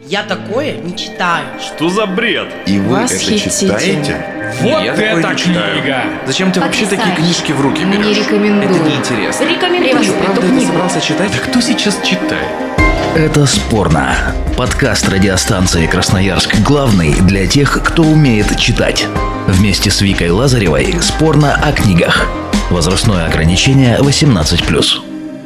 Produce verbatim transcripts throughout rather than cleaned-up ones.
Я такое не читаю. Что за бред? И вы это читаете? Вот Я это книга! Зачем ты вообще такие книжки в руки берешь? Не рекомендую. Это неинтересно. Рекомендую Что, правда, ты собрался читать? Да кто сейчас читает? Это «Спорно». Подкаст радиостанции «Красноярск» главный для тех, кто умеет читать. Вместе с Викой Лазаревой «Спорно о книгах». Возрастное ограничение восемнадцать плюс.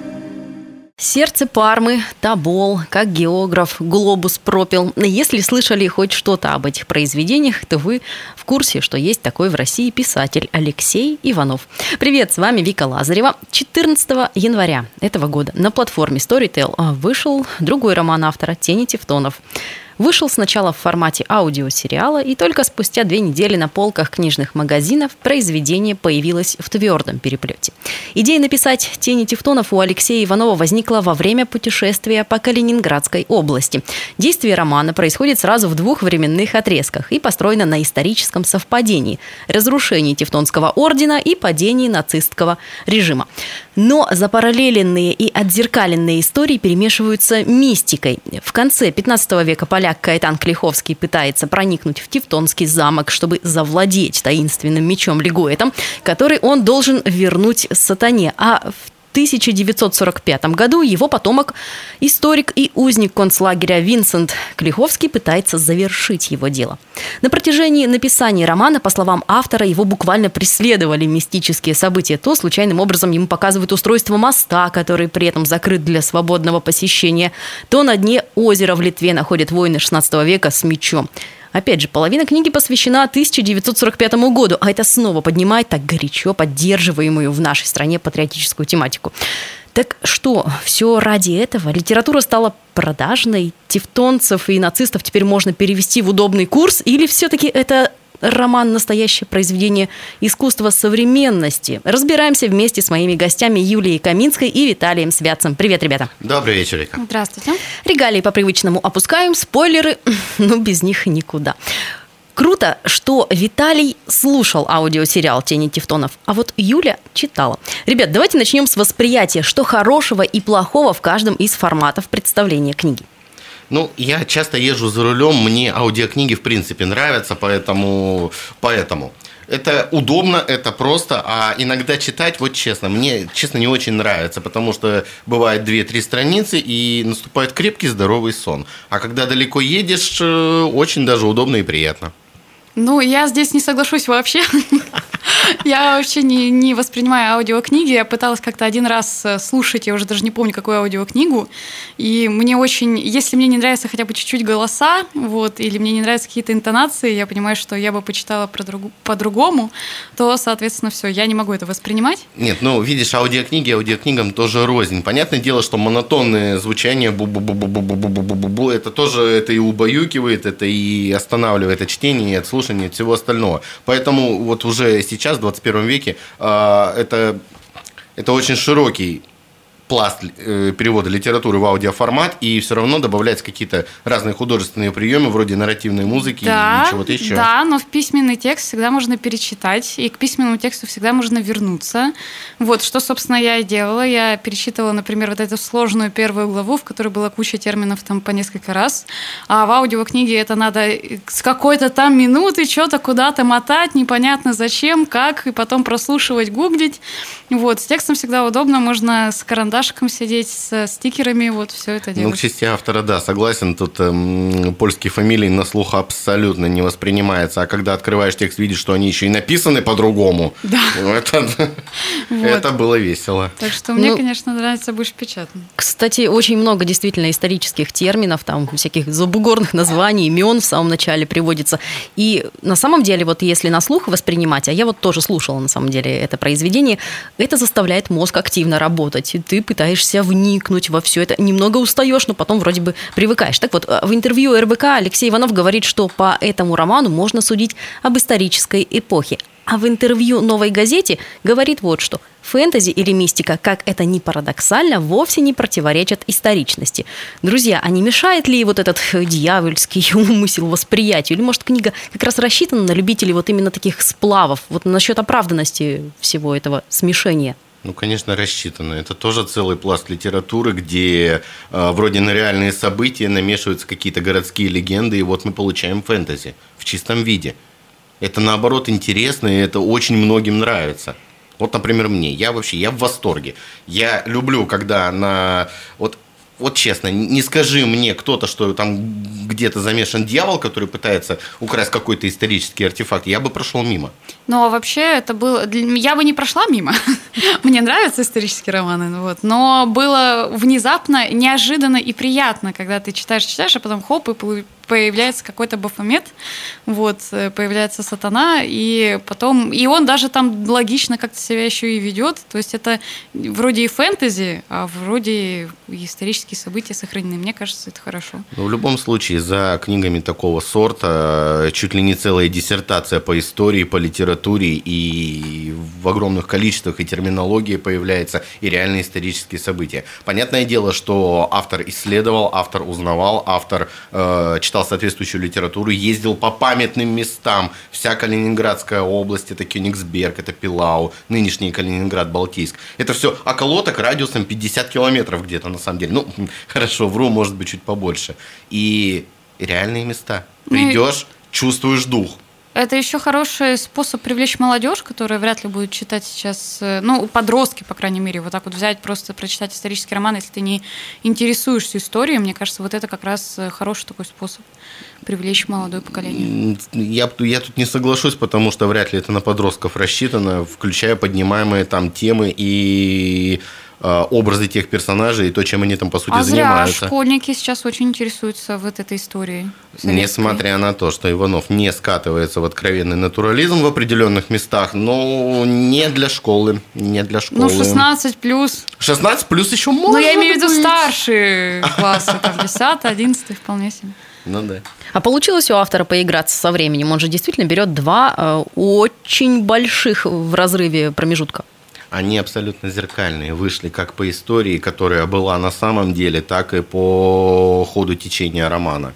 Сердце Пармы, Тобол, как географ, глобус пропил. Если слышали хоть что-то об этих произведениях, то вы в курсе, что есть такой в России писатель Алексей Иванов. Привет, с вами Вика Лазарева. четырнадцатого января этого года на платформе Storytel вышел другой роман автора «Тени Тевтонов». Вышел сначала в формате аудиосериала, и только спустя две недели на полках книжных магазинов произведение появилось в твердом переплете. Идея написать «Тени Тевтонов» у Алексея Иванова возникла во время путешествия по Калининградской области. Действие романа происходит сразу в двух временных отрезках и построено на историческом совпадении – разрушении Тевтонского ордена и падении нацистского режима. Но запараллеленные и отзеркаленные истории перемешиваются мистикой. В конце пятнадцатого века поляк Каэтан Клиховский пытается проникнуть в Тевтонский замок, чтобы завладеть таинственным мечом Лигуэтом, который он должен вернуть сатане. А в тысяча девятьсот сорок пятом году его потомок, историк и узник концлагеря Винсент Клиховский пытается завершить его дело. На протяжении написания романа, по словам автора, его буквально преследовали мистические события. То случайным образом ему показывают устройство моста, который при этом закрыт для свободного посещения, то на дне озера в Литве находят воины шестнадцатого века с мечом. Опять же, половина книги посвящена тысяча девятьсот сорок пятому году, а это снова поднимает так горячо поддерживаемую в нашей стране патриотическую тематику. Так что, все ради этого? Литература стала продажной, тевтонцев и нацистов теперь можно перевести в удобный курс, или все-таки это роман – настоящее произведение искусства современности? Разбираемся вместе с моими гостями Юлией Каминской и Виталием Святцем. Привет, ребята. Добрый вечер, Вика. Здравствуйте. Регалии по-привычному опускаем, спойлеры, но без них никуда. Круто, что Виталий слушал аудиосериал «Тени Тевтонов», а вот Юля читала. Ребят, давайте начнем с восприятия, что хорошего и плохого в каждом из форматов представления книги. Ну, я часто езжу за рулем, мне аудиокниги в принципе нравятся, поэтому, поэтому это удобно, это просто, а иногда читать, вот честно, мне, честно, не очень нравится, потому что бывает две-три страницы и наступает крепкий здоровый сон. А когда далеко едешь, очень даже удобно и приятно. Ну, я здесь не соглашусь вообще. Я вообще не, не воспринимаю аудиокниги. Я пыталась как-то один раз слушать, я уже даже не помню, какую аудиокнигу. И мне очень... Если мне не нравятся хотя бы чуть-чуть голоса, вот, или мне не нравятся какие-то интонации, я понимаю, что я бы почитала про друг... по-другому, то, соответственно, все, я не могу это воспринимать. Нет, ну, видишь, аудиокниги аудиокнигам тоже рознь. Понятное дело, что монотонное звучание бу-бу-бу-бу-бу-бу-бу-бу-бу, это тоже это и убаюкивает, это и останавливает от чтения, и от слушания, и от всего остального. Поэтому вот уже сейчас, в двадцать первом веке, это, это очень широкий пласт перевода литературы в аудиоформат, и все равно добавляются какие-то разные художественные приемы, вроде нарративной музыки да, и чего-то еще. Да, но в письменный текст всегда можно перечитать, и к письменному тексту всегда можно вернуться. Вот, что, собственно, я и делала. Я перечитывала, например, вот эту сложную первую главу, в которой была куча терминов там по несколько раз, а в аудиокниге это надо с какой-то там минуты что-то куда-то мотать, непонятно зачем, как, и потом прослушивать, гуглить. Вот, с текстом всегда удобно, можно с карандашом сидеть, с стикерами, вот все это делать. Ну, к чести автора, да, согласен, тут эм, польские фамилии на слух абсолютно не воспринимается, а когда открываешь текст, видишь, что они еще и написаны по-другому, да. это, вот. Это было весело. Так что мне, ну, конечно, нравится больше печатно. Кстати, очень много действительно исторических терминов, там всяких забугорных названий, имен в самом начале приводится. И на самом деле, вот если на слух воспринимать, а я вот тоже слушала на самом деле это произведение, это заставляет мозг активно работать. И ты пытаешься вникнуть во все это. Немного устаешь, но потом вроде бы привыкаешь. Так вот, в интервью эр бэ ка Алексей Иванов говорит, что по этому роману можно судить об исторической эпохе. А в интервью «Новой газете» говорит вот что. Фэнтези или мистика, как это ни парадоксально, вовсе не противоречат историчности. Друзья, а не мешает ли вот этот дьявольский умысел восприятию? Или, может, книга как раз рассчитана на любителей вот именно таких сплавов? Вот насчет оправданности всего этого смешения. Ну, конечно, рассчитано. Это тоже целый пласт литературы, где э, вроде на реальные события намешиваются какие-то городские легенды, и вот мы получаем фэнтези в чистом виде. Это, наоборот, интересно, и это очень многим нравится. Вот, например, мне. Я вообще, я в восторге. Я люблю, когда на... Вот, вот честно, не скажи мне кто-то, что там где-то замешан дьявол, который пытается украсть какой-то исторический артефакт, я бы прошел мимо. Ну, а вообще это было... Я бы не прошла мимо. Мне нравятся исторические романы, вот. Но было внезапно, неожиданно и приятно, когда ты читаешь, читаешь, а потом хоп, и появляется какой-то Бафомет, вот, появляется сатана, и потом... И он даже там логично как-то себя еще и ведет. То есть это вроде и фэнтези, а вроде и исторические события сохранены. Мне кажется, это хорошо. Но в любом случае, за книгами такого сорта чуть ли не целая диссертация по истории, по литературе, и в огромных количествах и терминологии появляется, и реальные исторические события. Понятное дело, что автор исследовал, автор узнавал, автор э, читал соответствующую литературу, ездил по памятным местам. Вся Калининградская область, это Кёнигсберг, это Пилау, нынешний Калининград, Балтийск. Это все околоток радиусом пятьдесят километров где-то на самом деле. Ну, хорошо, вру, может быть, чуть побольше. И реальные места. Придешь, чувствуешь дух. Это еще хороший способ привлечь молодежь, которая вряд ли будет читать сейчас, ну, подростки, по крайней мере, вот так вот взять, просто прочитать исторический роман, если ты не интересуешься историей. Мне кажется, вот это как раз хороший такой способ привлечь молодое поколение. Я, я тут не соглашусь, потому что вряд ли это на подростков рассчитано, включая поднимаемые там темы и образы тех персонажей и то, чем они там, по сути, а занимаются. Зря школьники сейчас очень интересуются вот этой историей советской. Несмотря на то, что Иванов не скатывается в откровенный натурализм в определенных местах, но не для школы. Не для школы. Ну, шестнадцать плюс. шестнадцать плюс еще можно. Ну, я имею в виду старшие классы, там, десятый, одиннадцатый, вполне себе. Ну да. А получилось у автора поиграться со временем? Он же действительно берет два э, очень больших в разрыве промежутка. Они абсолютно зеркальные, вышли как по истории, которая была на самом деле, так и по ходу течения романа.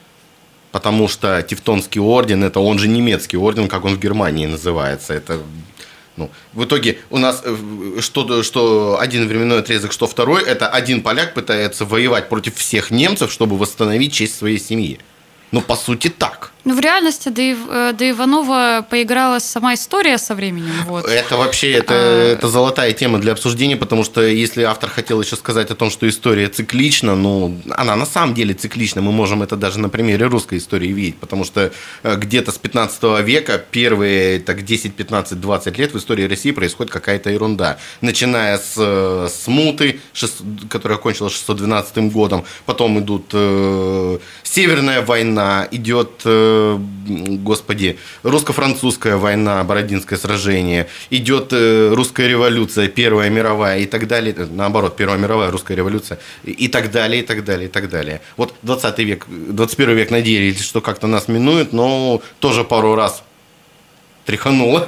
Потому что Тевтонский орден, это он же немецкий орден, как он в Германии называется. Это, ну, в итоге у нас что, что один временной отрезок, что второй, это один поляк пытается воевать против всех немцев, чтобы восстановить честь своей семьи. Ну, по сути, так. Ну, в реальности до, до Иванова поигралась сама история со временем. Вот. Это вообще это, а... это золотая тема для обсуждения, потому что если автор хотел еще сказать о том, что история циклична, ну, она на самом деле циклична. Мы можем это даже на примере русской истории видеть, потому что где-то с пятнадцатого века первые так, десять, пятнадцать, двадцать лет в истории России происходит какая-то ерунда. Начиная с смуты, которая кончилась шестьсот двенадцатым годом, потом идут э, Северная война, идет... Э, Господи, русско-французская война, Бородинское сражение, идет русская революция, Первая мировая и так далее, наоборот, Первая мировая, русская революция и так далее, и так далее, и так далее. Вот двадцатый век, двадцать первый век надеялись, что как-то нас минует, но тоже пару раз тряхануло.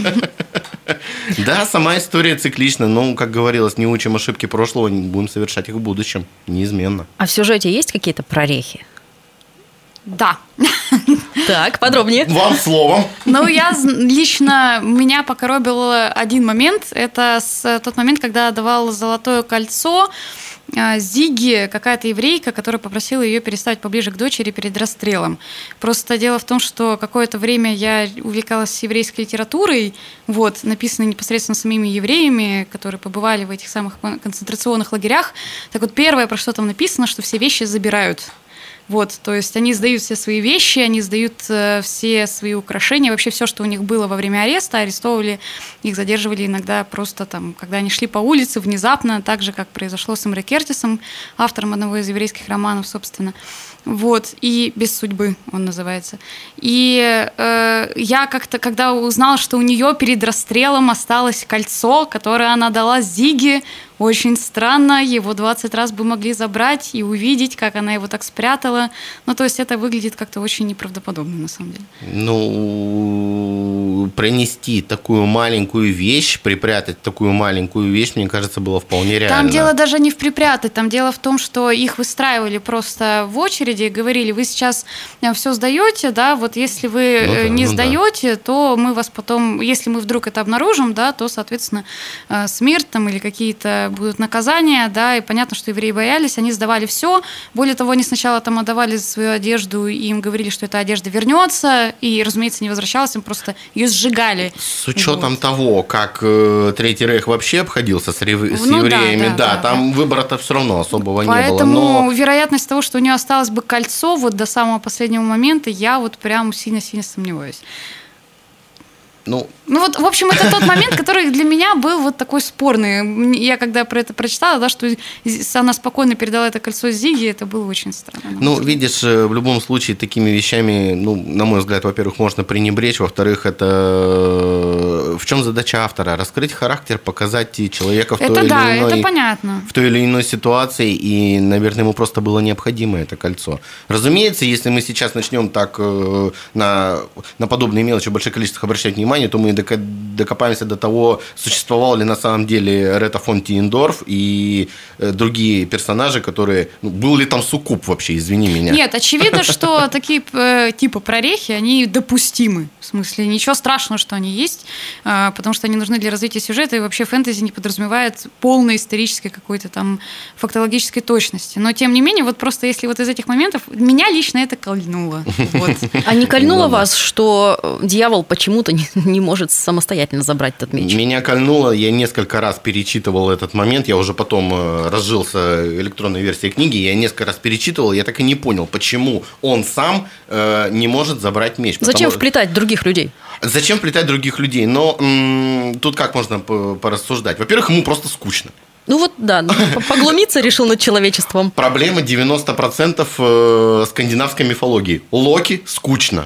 Да, сама история циклична, но, как говорилось, не учим ошибки прошлого, будем совершать их в будущем, неизменно. А в сюжете есть какие-то прорехи? Да. Так, подробнее. Вам слово. Ну, я лично, меня покоробил один момент. Это с, тот момент, когда давал золотое кольцо Зиге какая-то еврейка, которая попросила ее переставить поближе к дочери перед расстрелом. Просто дело в том, что какое-то время я увлекалась еврейской литературой, вот, написанной непосредственно самими евреями, которые побывали в этих самых концентрационных лагерях. Так вот, первое, про что там написано, что все вещи забирают. Вот, то есть они сдают все свои вещи, они сдают э, все свои украшения, вообще все, что у них было во время ареста, арестовывали, их задерживали иногда просто там, когда они шли по улице внезапно, так же, как произошло с Эмре Кертисом, автором одного из еврейских романов, собственно. Вот, и «Без судьбы» он называется. И э, я как-то, когда узнала, что у нее перед расстрелом осталось кольцо, которое она дала Зиге, очень странно, его двадцать раз бы могли забрать и увидеть, как она его так спрятала. Ну, то есть это выглядит как-то очень неправдоподобно, на самом деле. Ну, пронести такую маленькую вещь, припрятать такую маленькую вещь, мне кажется, было вполне реально. Там дело даже не в припрятать, там дело в том, что их выстраивали просто в очереди, говорили, вы сейчас все сдаете, да, вот если вы ну да, не ну сдаете, да. то мы вас потом, если мы вдруг это обнаружим, да, то, соответственно, смерть там или какие-то будут наказания, да, и понятно, что евреи боялись, они сдавали все. Более того, они сначала там отдавали свою одежду, и им говорили, что эта одежда вернется, и, разумеется, не возвращалась, им просто ее сжигали. С учетом вот. того, как э, Третий Рейх вообще обходился с, рев... с ну, евреями, да, да, да, да, там да. выбора-то все равно особого Поэтому не было. Поэтому но... вероятность того, что у нее осталось бы кольцо вот до самого последнего момента, я вот прям сильно-сильно сомневаюсь. Ну, ну вот, в общем, это тот момент, который для меня был вот такой спорный. Я когда про это прочитала, да, что она спокойно передала это кольцо Зиге, это было очень странно. Ну, видишь, в любом случае такими вещами, ну, на мой взгляд, во-первых, можно пренебречь, во-вторых, это в чем задача автора? Раскрыть характер, показать человека в той это или да, иной, это понятно. в той или иной ситуации, и, наверное, ему просто было необходимо это кольцо. Разумеется, если мы сейчас начнем так на, на подобные мелочи в больших количествах обращать внимание, то мы докопаемся до того, существовал ли на самом деле Рета фон Тиендорф и другие персонажи, которые... Ну, был ли там суккуб вообще, извини меня. Нет, очевидно, что такие типа прорехи, они допустимы. В смысле, ничего страшного, что они есть, потому что они нужны для развития сюжета, и вообще фэнтези не подразумевает полной исторической какой-то там фактологической точности. Но, тем не менее, вот просто если вот из этих моментов, меня лично это кольнуло. Вот. А не кольнуло вас, что дьявол почему-то не, не может самостоятельно забрать этот меч? Меня кольнуло, я несколько раз перечитывал этот момент, я уже потом разжился электронной версией книги, я несколько раз перечитывал, я так и не понял, почему он сам э, не может забрать меч. Зачем Потому... вплетать других людей? Зачем вплетать других людей? Но м- тут как можно порассуждать? Во-первых, ему просто скучно. Ну вот, да, поглумиться решил над человечеством. Проблема девяносто процентов скандинавской мифологии. Локи скучно.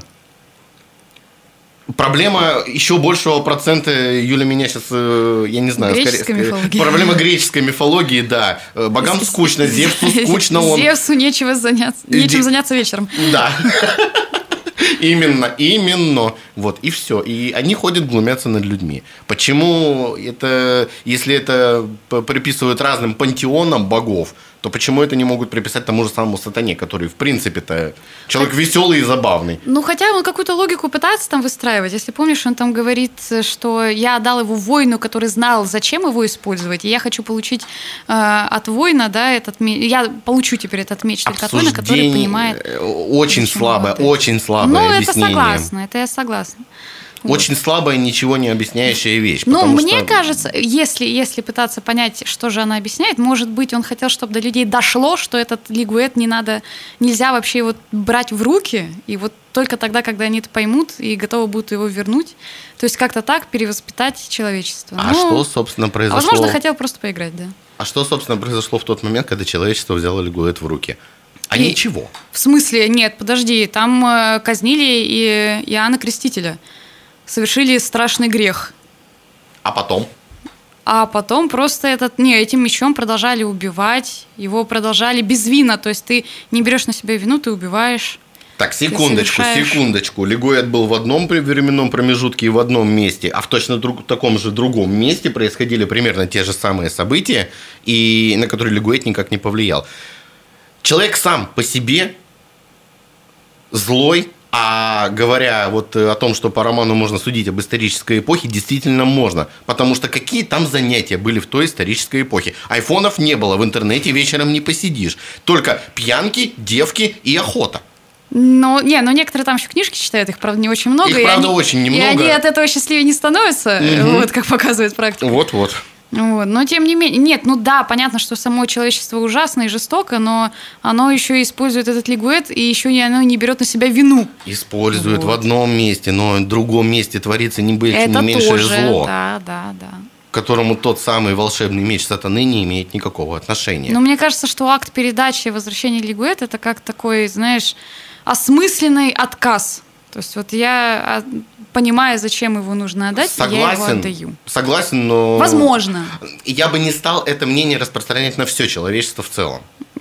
Проблема еще большего процента, Юля меня сейчас, я не знаю, греческой скорее, мифологии. Проблема греческой мифологии, да. Богам скучно, Зевсу скучно. Он... Зевсу нечего заняться, нечем заняться вечером. Да. Именно, именно. Вот, и все. И они ходят, глумятся над людьми. Почему это, если это приписывают разным пантеонам богов, то почему это не могут приписать тому же самому сатане, который, в принципе-то, человек веселый и забавный? Ну, хотя он какую-то логику пытается там выстраивать. Если помнишь, он там говорит, что я отдал его воину, который знал, зачем его использовать, и я хочу получить э, от воина, да, этот меч. Я получу теперь этот меч только от воина, который понимает... Очень слабое, очень слабое ну, объяснение. Ну, это согласна, это я согласна. Очень вот. слабая, ничего не объясняющая вещь. Ну, мне что... кажется, если, если пытаться понять, что же она объясняет, может быть, он хотел, чтобы до людей дошло, что этот лигуэт не надо, нельзя вообще его брать в руки, и вот только тогда, когда они это поймут и готовы будут его вернуть, то есть как-то так перевоспитать человечество. А ну, что, собственно, произошло? А возможно, хотел просто поиграть, да. А что, собственно, произошло в тот момент, когда человечество взяло лигуэт в руки? А и... ничего. В смысле? Нет, подожди, там э, казнили и Иоанна Крестителя. Совершили страшный грех. А потом? А потом просто этот, не, этим мечом продолжали убивать, его продолжали без вины, то есть ты не берешь на себя вину, ты убиваешь. Так, секундочку, совершаешь... секундочку. Лигуэт был в одном временном промежутке и в одном месте, а в точно друг, таком же другом месте происходили примерно те же самые события, и на которые Лигуэт никак не повлиял. Человек сам по себе злой. А говоря вот о том, что по роману можно судить об исторической эпохе, действительно можно. Потому что какие там занятия были в той исторической эпохе? Айфонов не было, в интернете вечером не посидишь. Только пьянки, девки и охота. Ну, не, ну некоторые там еще книжки читают, их, правда, не очень много. Их, правда, они, очень немного. И они от этого счастливее не становятся, угу. вот как показывает практика. Вот-вот. Вот. Но тем не менее, нет, ну да, понятно, что само человечество ужасно и жестоко, но оно еще использует этот лигуэт, и еще оно не берет на себя вину. Использует вот. в одном месте, но в другом месте творится не, больше, Это не меньшее тоже, зло. Да, да, да. К которому тот самый волшебный меч сатаны не имеет никакого отношения. Но мне кажется, что акт передачи и возвращения лигуэта это как такой, знаешь, осмысленный отказ. То есть вот я, понимая, зачем его нужно отдать, согласен, я его отдаю. Согласен, но... Возможно. Я бы не стал это мнение распространять на все человечество в целом.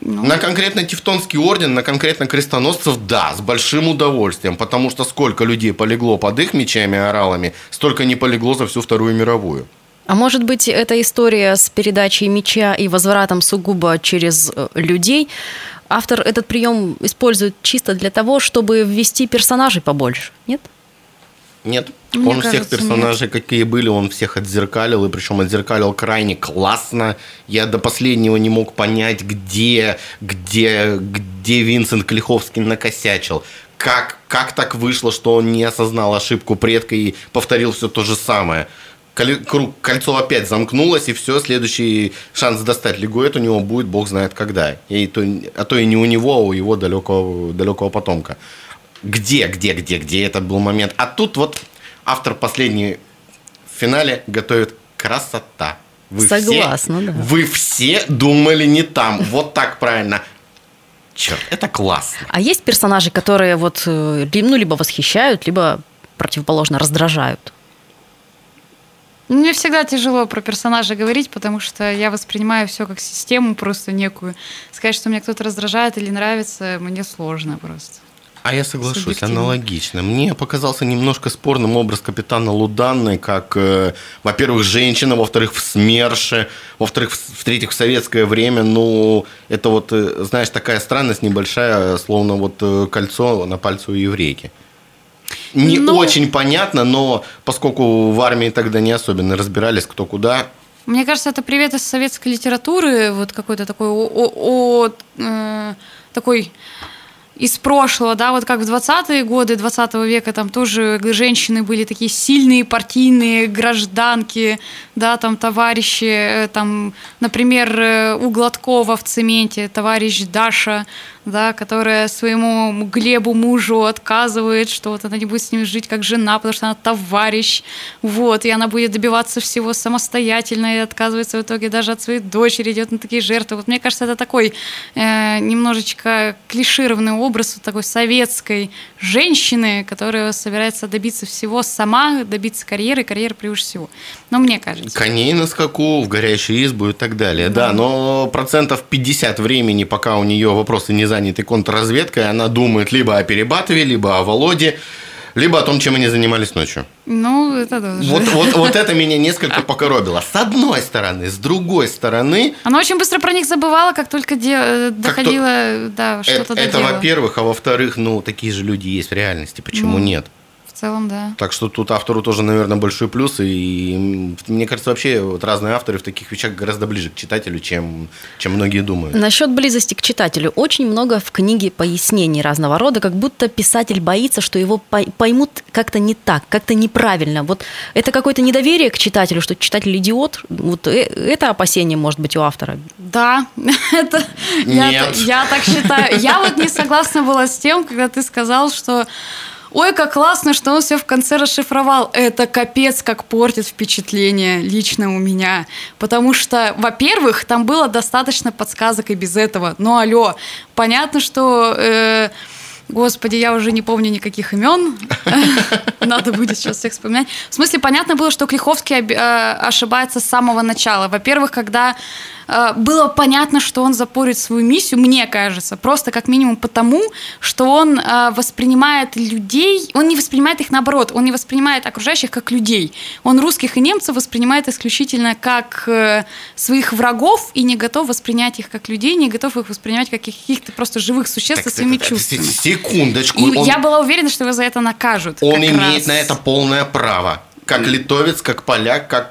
Ну, на конкретно Тевтонский орден, на конкретно крестоносцев, да, с большим удовольствием, потому что сколько людей полегло под их мечами и оралами, столько не полегло за всю Вторую мировую. А может быть, эта история с передачей меча и возвратом сугубо через людей, автор этот прием использует чисто для того, чтобы ввести персонажей побольше, нет? Нет. Мне он кажется, всех персонажей, нет. какие были, он всех отзеркалил, и причем отзеркалил крайне классно. Я до последнего не мог понять, где, где, где Винсент Клиховский накосячил. Как, как так вышло, что он не осознал ошибку предка и повторил все то же самое. Кольцо опять замкнулось, и все, следующий шанс достать Лигуэт у него будет, бог знает когда. И то, а то и не у него, а у его далекого, далекого потомка. Где, где, где, где этот был момент? А тут вот автор последний в финале готовит красота. Вы Согласна, все, да. Вы все думали не там. Вот так правильно. Черт, это классно. А есть персонажи, которые вот, ну, либо восхищают, либо противоположно раздражают? Мне всегда тяжело про персонажа говорить, потому что я воспринимаю все как систему просто некую. Сказать, что мне кто-то раздражает или нравится, мне сложно просто. А я соглашусь, аналогично. Мне показался немножко спорным образ капитана Луданны, как, э, во-первых, женщина, во-вторых, в СМЕРШе, во-вторых, в- в-третьих, в советское время. Ну, это вот, э, знаешь, такая странность небольшая, словно вот э, кольцо на пальце у еврейки. Не Ну- очень понятно, но поскольку в армии тогда не особенно разбирались, кто куда, Мне кажется, это привет из советской литературы, вот какой-то такой, о, о- о- э, такой из прошлого, да, вот как в двадцатые годы двадцатого века там тоже женщины были такие сильные партийные гражданки, да, там товарищи, э, там, например, э, у Гладкова в «Цементе» товарищ Даша, да, которая своему Глебу мужу отказывает, что вот она не будет с ним жить как жена, потому что она товарищ, вот, и она будет добиваться всего самостоятельно и отказывается в итоге даже от своей дочери, идет на такие жертвы. Вот мне кажется, это такой э, немножечко клишированный образ вот такой советской женщины, которая собирается добиться всего сама, добиться карьеры, карьеры превыше всего. Но мне кажется. коней на скаку, в горящую избу и так далее. Да, но процентов пятьдесят времени, пока у нее вопросы не заняты контрразведкой, она думает либо о Перебатове, либо о Володе, либо о том, чем они занимались ночью. Ну, это тоже. Вот, вот, вот это меня несколько покоробило. С одной стороны. С другой стороны... Она очень быстро про них забывала, как только де- доходила, да, что-то Это, это доделала. во-первых. А во-вторых, ну, такие же люди есть в реальности. Почему Ну. нет? В целом, да. Так что тут автору тоже, наверное, большой плюс. И м, мне кажется, вообще вот разные авторы в таких вещах гораздо ближе к читателю, чем, чем многие думают. Насчет близости к читателю. Очень много в книге пояснений разного рода, как будто писатель боится, что его пой- поймут как-то не так, как-то неправильно. Вот это какое-то недоверие к читателю, что читатель идиот. Вот э- это опасение может быть у автора. Да, это я, Нет. я так считаю. Я вот не согласна была с тем, когда ты сказал, что ой, как классно, что он все в конце расшифровал. Это капец, как портит впечатление лично у меня. Потому что, во-первых, там было достаточно подсказок и без этого. Ну, алло, понятно, что... э, Господи, я уже не помню никаких имен. Надо будет сейчас всех вспоминать. В смысле, понятно было, что Клиховский об- э, ошибается с самого начала. Во-первых, когда э, было понятно, что он запорит свою миссию, мне кажется, просто как минимум потому, что он э, воспринимает людей, он не воспринимает их наоборот, он не воспринимает окружающих как людей. Он русских и немцев воспринимает исключительно как э, своих врагов и не готов воспринять их как людей, не готов их воспринимать как каких-то просто живых существ Так, со своими так, чувствами. Секундочку. И он- я была уверена, что его за это накажут. Он как имеет раз. на это полное право. Как литовец, как поляк, как,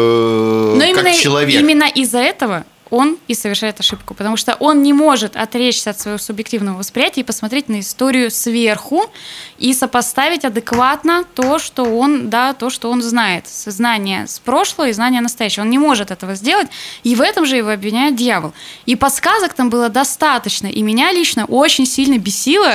э, Но как именно, человек. именно из-за этого он и совершает ошибку, потому что он не может отречься от своего субъективного восприятия и посмотреть на историю сверху и сопоставить адекватно то, что он, да, то, что он знает, знание с прошлого и знание настоящего. Он не может этого сделать, и в этом же его обвиняет дьявол. И подсказок там было достаточно, и меня лично очень сильно бесило,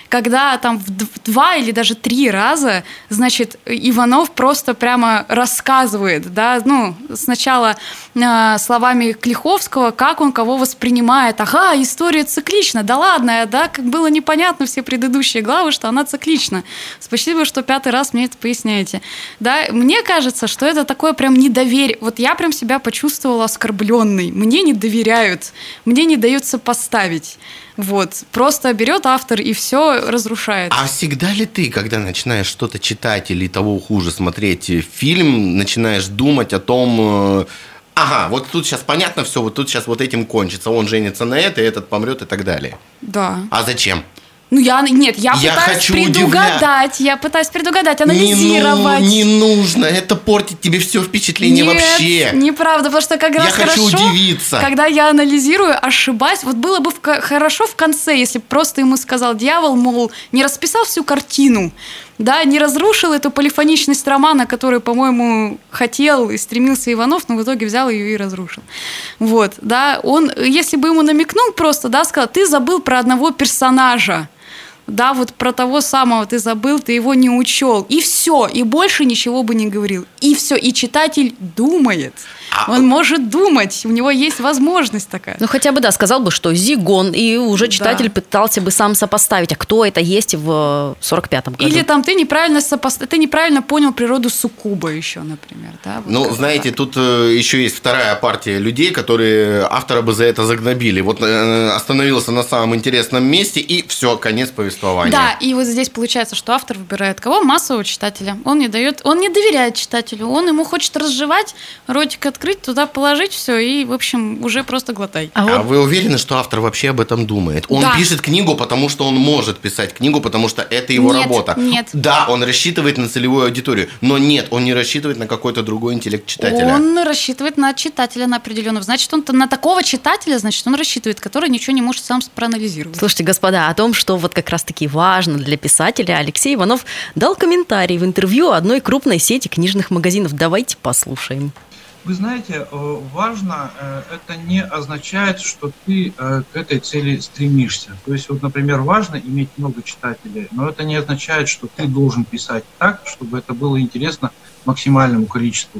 когда там в два или даже три раза, значит, Иванов просто прямо рассказывает, да, ну, сначала э, словами Клиховского, как он кого воспринимает. Ага, история циклична, да ладно, да, как было непонятно все предыдущие главы, что она циклична. Спасибо, что пятый раз мне это поясняете. Да, мне кажется, что это такое прям недоверие. Вот я прям себя почувствовала оскорбленной. Мне не доверяют, мне не дают сопоставить. Вот. Просто берет автор и все разрушает. А всегда ли ты, когда начинаешь что-то читать или того хуже смотреть фильм, начинаешь думать о том... Ага, вот тут сейчас понятно все, вот тут сейчас вот этим кончится. Он женится на это, этот помрет и так далее. Да. А зачем? Ну, я, нет, я, я пытаюсь хочу предугадать, удивля... я пытаюсь предугадать, анализировать. Не, ну, не нужно, это портит тебе все впечатление нет, вообще. Неправда, потому что как раз я хорошо, хочу удивиться. Когда я анализирую, ошибаюсь, вот было бы в, хорошо в конце, если бы просто ему сказал дьявол, мол, не расписал всю картину, да, не разрушил эту полифоничность романа, которую, по-моему, хотел и стремился Иванов, но в итоге взял ее и разрушил. Вот, да, он, если бы ему намекнул просто, да, сказал, ты забыл про одного персонажа, да, вот про того самого ты забыл, ты его не учел. И все, и больше ничего бы не говорил. И все, и читатель думает. А... Он может думать, у него есть возможность такая. Ну, хотя бы, да, сказал бы, что Зигон, и уже читатель да. пытался бы сам сопоставить, а кто это есть в сорок пятом году. Или там ты неправильно, сопоста... ты неправильно понял природу суккуба еще, например. Да? Вот ну, знаете, так. Тут еще есть вторая партия людей, которые автора бы за это загнобили. Вот остановился на самом интересном месте, и все, конец повествования. Да, и вот здесь получается, что автор выбирает кого? Массового читателя. Он не дает, он не доверяет читателю, он ему хочет разжевать, ротик открыть, туда положить все и, в общем, уже просто глотай. А, а вот... вы уверены, что автор вообще об этом думает? Он да. пишет книгу, потому что он может писать книгу, потому что это его нет, работа. Нет. Да, он рассчитывает на целевую аудиторию, но нет, он не рассчитывает на какой-то другой интеллект читателя. Он рассчитывает на читателя, на определенного. Значит, он на такого читателя, значит, он рассчитывает, который ничего не может сам проанализировать. Слушайте, господа, о том, что вот как раз-таки важно для писателя, Алексей Иванов дал комментарий в интервью одной крупной сети книжных магазинов. Давайте послушаем. Вы знаете, важно, это не означает, что ты к этой цели стремишься. То есть, вот, например, важно иметь много читателей, но это не означает, что ты должен писать так, чтобы это было интересно максимальному количеству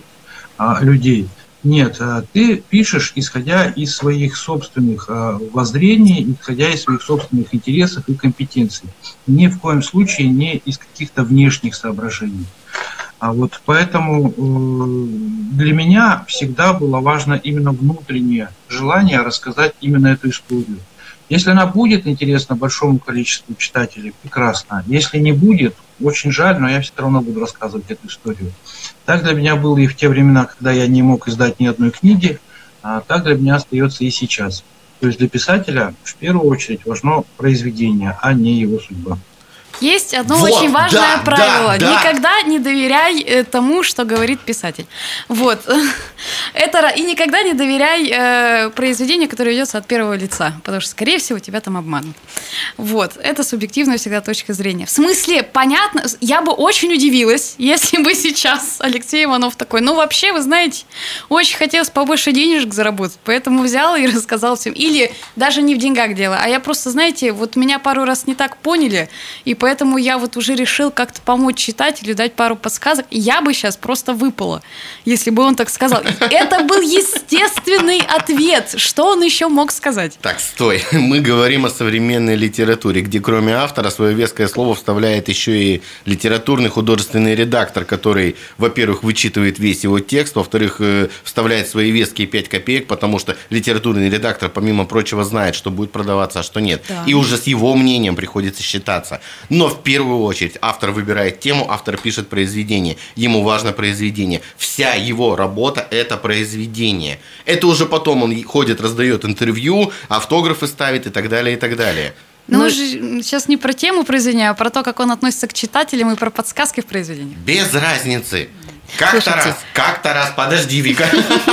людей. Нет, ты пишешь, исходя из своих собственных воззрений, исходя из своих собственных интересов и компетенций. Ни в коем случае не из каких-то внешних соображений. А вот поэтому для меня всегда было важно именно внутреннее желание рассказать именно эту историю. Если она будет интересна большому количеству читателей, прекрасно. Если не будет, очень жаль, но я все равно буду рассказывать эту историю. Так для меня было и в те времена, когда я не мог издать ни одной книги, а так для меня остается и сейчас. То есть для писателя в первую очередь важно произведение, а не его судьба. Есть одно вот, очень важное да, правило. Да, да. Никогда не доверяй тому, что говорит писатель. Вот. Это, и никогда не доверяй э, произведению, которое ведется от первого лица, потому что, скорее всего, тебя там обманут. Вот. Это субъективная всегда точка зрения. В смысле, понятно, я бы очень удивилась, если бы сейчас Алексей Иванов такой, ну, вообще, вы знаете, очень хотелось побольше денежек заработать, поэтому взял и рассказал всем. Или даже не в деньгах дело, а я просто, знаете, вот меня пару раз не так поняли, и поэтому Поэтому я вот уже решил как-то помочь читателю, дать пару подсказок. И я бы сейчас просто выпала, если бы он так сказал. Это был естественный ответ. Что он еще мог сказать? Так, стой. Мы говорим о современной литературе, где кроме автора свое веское слово вставляет еще и литературный художественный редактор, который, во-первых, вычитывает весь его текст, во-вторых, вставляет свои веские пять копеек, потому что литературный редактор, помимо прочего, знает, что будет продаваться, а что нет. Да. И уже с его мнением приходится считаться. Но в первую очередь автор выбирает тему, автор пишет произведение. Ему важно произведение. Вся его работа – это произведение. Это уже потом он ходит, раздает интервью, автографы ставит и так далее, и так далее. Но мы же сейчас не про тему произведения, а про то, как он относится к читателям и про подсказки в произведении. Без разницы. Как-то Слушайте. раз, как-то раз, подожди, Вика.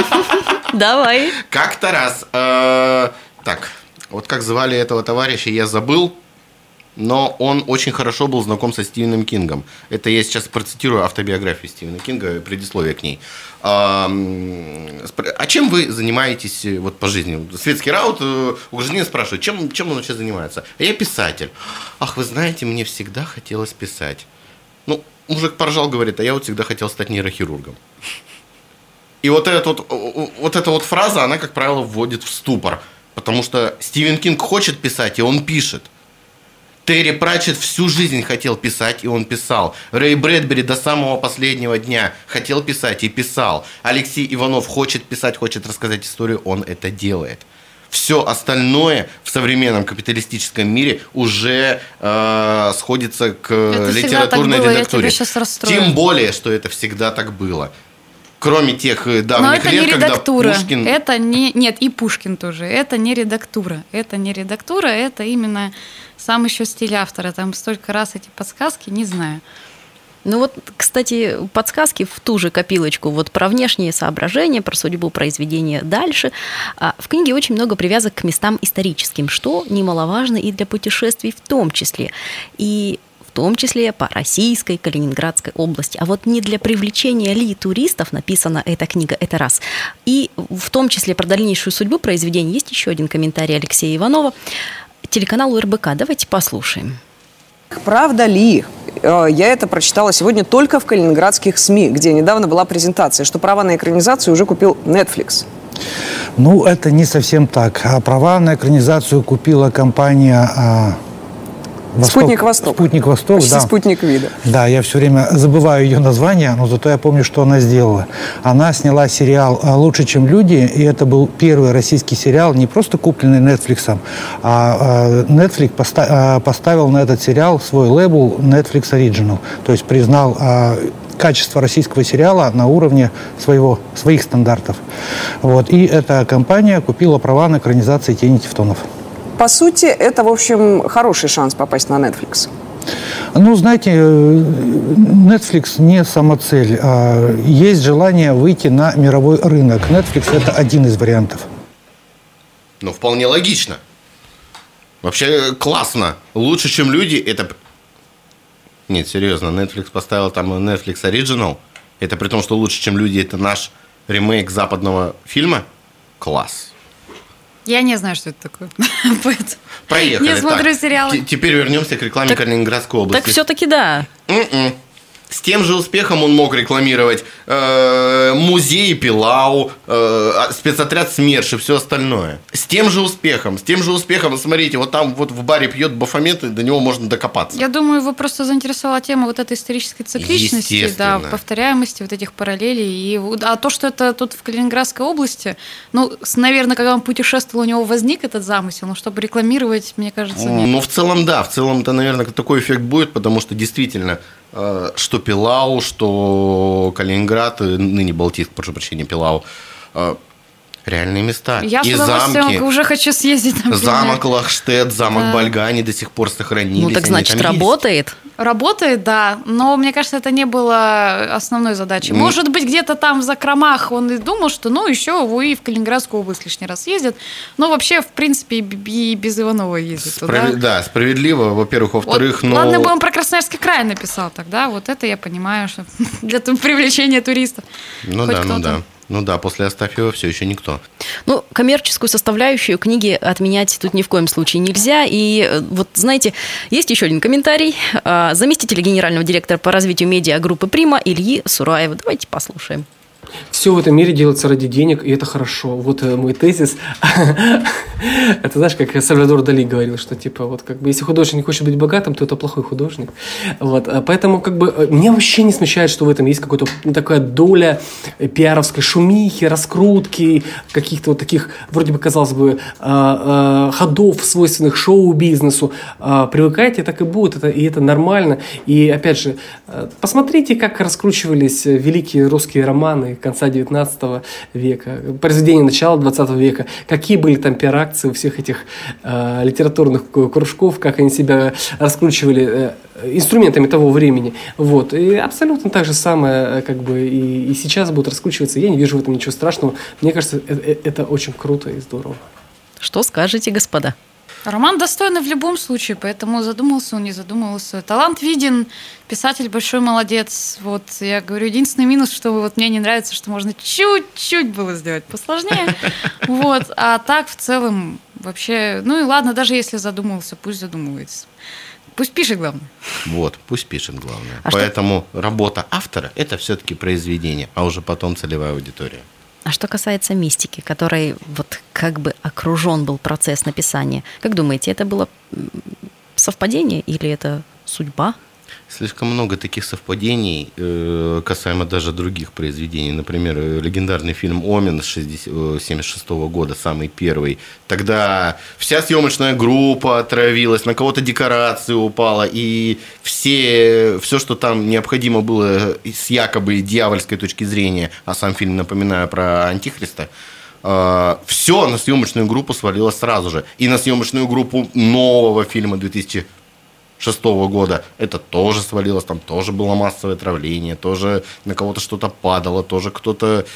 Давай. Как-то раз, так, вот как звали этого товарища, я забыл. но он очень хорошо был знаком со Стивеном Кингом. Это я сейчас процитирую автобиографию Стивена Кинга, предисловие к ней. А, а чем вы занимаетесь вот по жизни? Светский раут у гражданина спрашивает, чем, чем он вообще занимается? А я писатель. Ах, вы знаете, мне всегда хотелось писать. Ну, мужик поржал, говорит, а я вот всегда хотел стать нейрохирургом. И вот, этот вот, вот эта вот фраза, она, как правило, вводит в ступор. Потому что Стивен Кинг хочет писать, и он пишет. Терри Пратчетт всю жизнь хотел писать, и он писал. Рэй Брэдбери до самого последнего дня хотел писать и писал. Алексей Иванов хочет писать, хочет рассказать историю, он это делает. Все остальное в современном капиталистическом мире уже э, сходится к это литературной было, редактуре. Тем более, что это всегда так было. Кроме тех давних Но это лет, не когда редактура. Пушкин... Это не... Нет, и Пушкин тоже. Это не редактура. Это не редактура, это именно сам еще стиль автора. Там столько раз эти подсказки, не знаю. Ну вот, кстати, подсказки в ту же копилочку. Вот про внешние соображения, про судьбу произведения дальше. В книге очень много привязок к местам историческим, что немаловажно и для путешествий в том числе. И в том числе по Российской, Калининградской области. А вот не для привлечения ли туристов написана эта книга, это раз. И в том числе про дальнейшую судьбу произведения есть еще один комментарий Алексея Иванова. Телеканалу эр бэ ка. Давайте послушаем. Правда ли? Я это прочитала сегодня только в калининградских СМИ, где недавно была презентация, что права на экранизацию уже купил Netflix. Ну, это не совсем так. Права на экранизацию купила компания... Восток, Спутник Восток. Спутник Восток, Почти да. Спутник вида. Да, я все время забываю ее название, но зато я помню, что она сделала. Она сняла сериал «Лучше, чем люди», и это был первый российский сериал, не просто купленный Netflix, а Netflix поставил на этот сериал свой лейбл Netflix Original, то есть признал качество российского сериала на уровне своего, своих стандартов. Вот. И эта компания купила права на экранизацию «Тени Тевтонов». По сути, это, в общем, хороший шанс попасть на Netflix. Ну, знаете, Netflix не самоцель. Есть желание выйти на мировой рынок. Netflix – это один из вариантов. Ну, вполне логично. Вообще классно. Лучше, чем люди, это... Нет, серьезно, Netflix поставил там Netflix Original. Это при том, что лучше, чем люди, это наш ремейк западного фильма. Класс. Я не знаю, что это такое. Проехали. Не смотрю так, сериалы. Теперь вернемся к рекламе так, Калининградской области. Так все-таки да. Mm-mm. С тем же успехом он мог рекламировать э, музей Пилау, э, спецотряд СМЕРШ и все остальное. С тем же успехом, с тем же успехом, смотрите, вот там вот в баре пьет Бафомет, и до него можно докопаться. Я думаю, его просто заинтересовала тема вот этой исторической цикличности, да, повторяемости, вот этих параллелей. И, а то, что это тут в Калининградской области, ну, наверное, когда он путешествовал, у него возник этот замысел, но чтобы рекламировать, мне кажется, нет. Ну, в целом, да, в целом-то, наверное, такой эффект будет, потому что действительно... Что Пилау, что Калининград, ныне Балтийск, прошу прощения, Пилау, реальные места. Я и с удовольствием замки, уже хочу съездить, например. Замок Лахштедт, замок да. Больга, они до сих пор сохранились. Ну, так значит, работает. Есть. Работает, да, но мне кажется, это не было основной задачей. Mm. Может быть, где-то там в закромах он и думал, что ну еще и в Калининградскую область лишний раз ездят. Но вообще, в принципе, и без Иванова ездит Справ... туда. Да, справедливо, во-первых, во-вторых, вот, но... Ладно бы он про Красноярский край написал тогда, вот это я понимаю, что для привлечения туристов. Ну Хоть да, кто-то. ну да. Ну да, после Астафьева все еще никто. Ну, коммерческую составляющую книги отменять тут ни в коем случае нельзя. И вот, знаете, есть еще один комментарий заместителя генерального директора по развитию медиа группы «Прима» Ильи Сураева. Давайте послушаем. Все в этом мире делается ради денег, и это хорошо. Вот мой тезис. Это, знаешь, как Сальвадор Дали говорил, что, типа, вот, как бы, если художник не хочет быть богатым, то это плохой художник. Вот, поэтому, как бы, меня вообще не смущает, что в этом есть какая-то такая доля пиаровской шумихи, раскрутки, каких-то вот таких, вроде бы, казалось бы, ходов, свойственных шоу-бизнесу. Привыкайте, так и будет, это, и это нормально. И, опять же, посмотрите, как раскручивались великие русские романы конца девятнадцатого века, произведения начала двадцатого века, какие были там пиар-акции у всех этих э, литературных кружков, как они себя раскручивали э, инструментами того времени. Вот. И абсолютно так же самое как бы и, и сейчас будут раскручиваться. Я не вижу в этом ничего страшного. Мне кажется, это, это очень круто и здорово. Что скажете, господа? Роман достойный в любом случае, поэтому задумался он, не задумывался. Талант виден, писатель большой молодец. Вот я говорю, единственный минус, что вот мне не нравится, что можно чуть-чуть было сделать посложнее. Вот, а так в целом вообще, ну и ладно, даже если задумывался, пусть задумывается. Пусть пишет, главное. Вот, пусть пишет, главное. А Поэтому что... работа автора – это все-таки произведение, а уже потом целевая аудитория. А что касается мистики, которой вот как бы окружен был процесс написания, как думаете, это было совпадение или это судьба? Слишком много таких совпадений э, касаемо даже других произведений. Например, легендарный фильм «Омен» с семьдесят шестого года, самый первый. Тогда вся съемочная группа отравилась, на кого-то декорации упала, и все, все, что там необходимо было с якобы дьявольской точки зрения, а сам фильм, напоминаю, про Антихриста, э, все на съемочную группу свалилось сразу же. И на съемочную группу нового фильма две тысячи шестого года это тоже свалилось, там тоже было массовое отравление, тоже на кого-то что-то падало, тоже кто-то,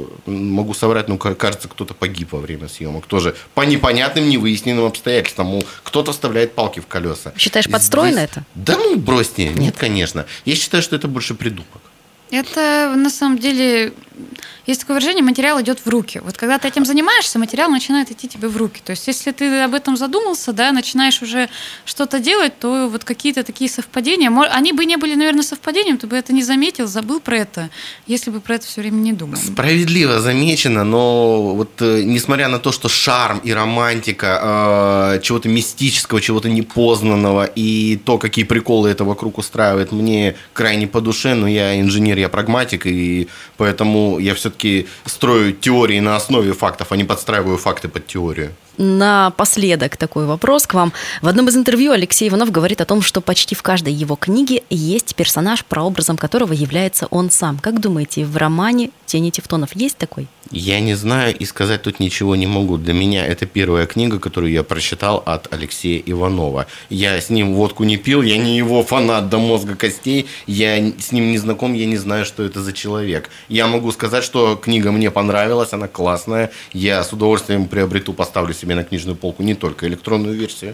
могу соврать, ну, кажется, кто-то погиб во время съемок, тоже по непонятным, невыясненным обстоятельствам, мол, кто-то вставляет палки в колеса. Считаешь, подстроено Здесь... это? Да ну, бросьте, нет. нет, конечно. Я считаю, что это больше придумок. Это, на самом деле, есть такое выражение, материал идет в руки. Вот когда ты этим занимаешься, материал начинает идти тебе в руки. То есть, если ты об этом задумался, да, начинаешь уже что-то делать, то вот какие-то такие совпадения, они бы не были, наверное, совпадением, ты бы это не заметил, забыл про это, если бы про это все время не думал. Справедливо замечено, но вот несмотря на то, что шарм и романтика э, чего-то мистического, чего-то непознанного, и то, какие приколы это вокруг устраивает, мне крайне по душе, но я инженер, я прагматик, и поэтому я все-таки строю теории на основе фактов, а не подстраиваю факты под теорию. Напоследок такой вопрос к вам. В одном из интервью Алексей Иванов говорит о том, что почти в каждой его книге есть персонаж, прообразом которого является он сам. Как думаете, в романе «Тени Тевтонов» есть такой? Я не знаю и сказать тут ничего не могу. Для меня это первая книга, которую я прочитал от Алексея Иванова. Я с ним водку не пил, я не его фанат до мозга костей, я с ним не знаком, я не знаю, что это за человек. Я могу сказать, что книга мне понравилась, она классная, я с удовольствием приобрету, поставлю себе на книжную полку не только электронную версию,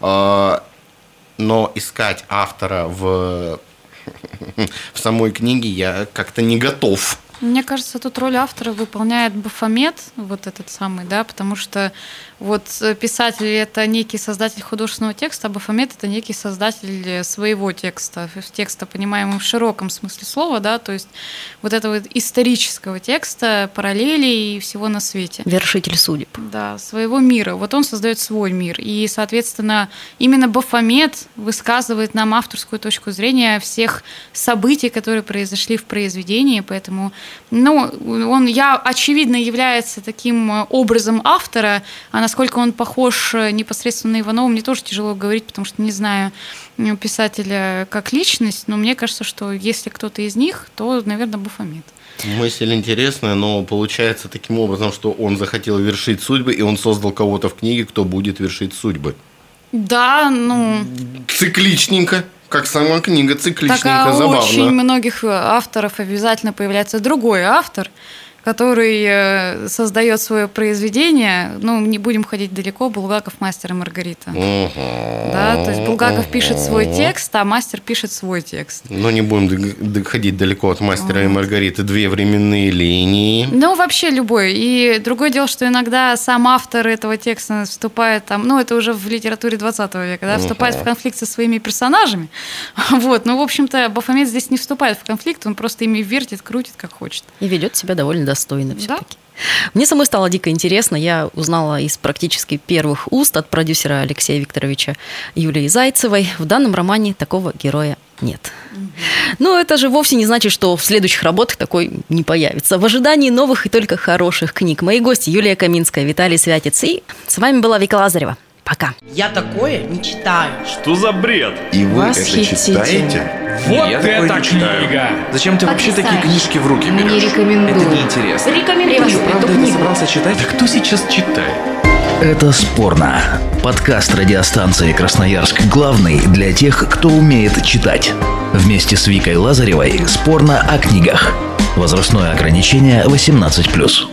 но искать автора в, в самой книге я как-то не готов. Мне кажется, тут роль автора выполняет Бафомет, вот этот самый, да, потому что вот писатель – это некий создатель художественного текста, а Бафомет – это некий создатель своего текста, текста, понимаемого в широком смысле слова, да, то есть вот этого вот исторического текста, параллелей и всего на свете. Вершитель судеб. Да, своего мира. Вот он создает свой мир. И, соответственно, именно Бафомет высказывает нам авторскую точку зрения всех событий, которые произошли в произведении, поэтому, ну, он, я, очевидно, является таким образом автора, а насколько он похож непосредственно на Иванова, мне тоже тяжело говорить, потому что не знаю писателя как личность, но мне кажется, что если кто-то из них, то, наверное, Бафомет. Мысль интересная, но получается таким образом, что он захотел вершить судьбы, и он создал кого-то в книге, кто будет вершить судьбы. Да, ну... Цикличненько. Как сама книга, цикличненько, так, а забавно. У очень многих авторов обязательно появляется другой автор, который создает свое произведение. Ну, не будем ходить далеко, Булгаков, «Мастер и Маргарита». Uh-huh. Да, то есть Булгаков пишет свой текст, а мастер пишет свой текст. Но не будем ходить далеко от «Мастера вот. и Маргариты». Две временные линии. Ну, вообще любой. И другое дело, что иногда сам автор этого текста вступает там, ну, это уже в литературе двадцатого века, да, вступает uh-huh. в конфликт со своими персонажами. Вот. Ну, в общем-то, Бафомет здесь не вступает в конфликт, он просто ими вертит, крутит, как хочет. И ведет себя довольно достойно все-таки. Да? Мне самой стало дико интересно. Я узнала из практически первых уст от продюсера Алексея Викторовича Юлии Зайцевой. В данном романе такого героя нет. Угу. Но это же вовсе не значит, что в следующих работах такой не появится. В ожидании новых и только хороших книг. Мои гости Юлия Каминская, Виталий Святец. И с вами была Вика Лазарева. Пока. Я такое не читаю. Что за бред? И вы это читаете? Вот я это книга! Зачем ты вообще такие книжки в руки берешь? Не рекомендую. Это неинтересно. Рекомендую. Ты правда это собрался читать? Да кто сейчас читает? Это «Спорно». Подкаст радиостанции «Красноярск» главный для тех, кто умеет читать. Вместе с Викой Лазаревой «Спорно о книгах». Возрастное ограничение восемнадцать плюс.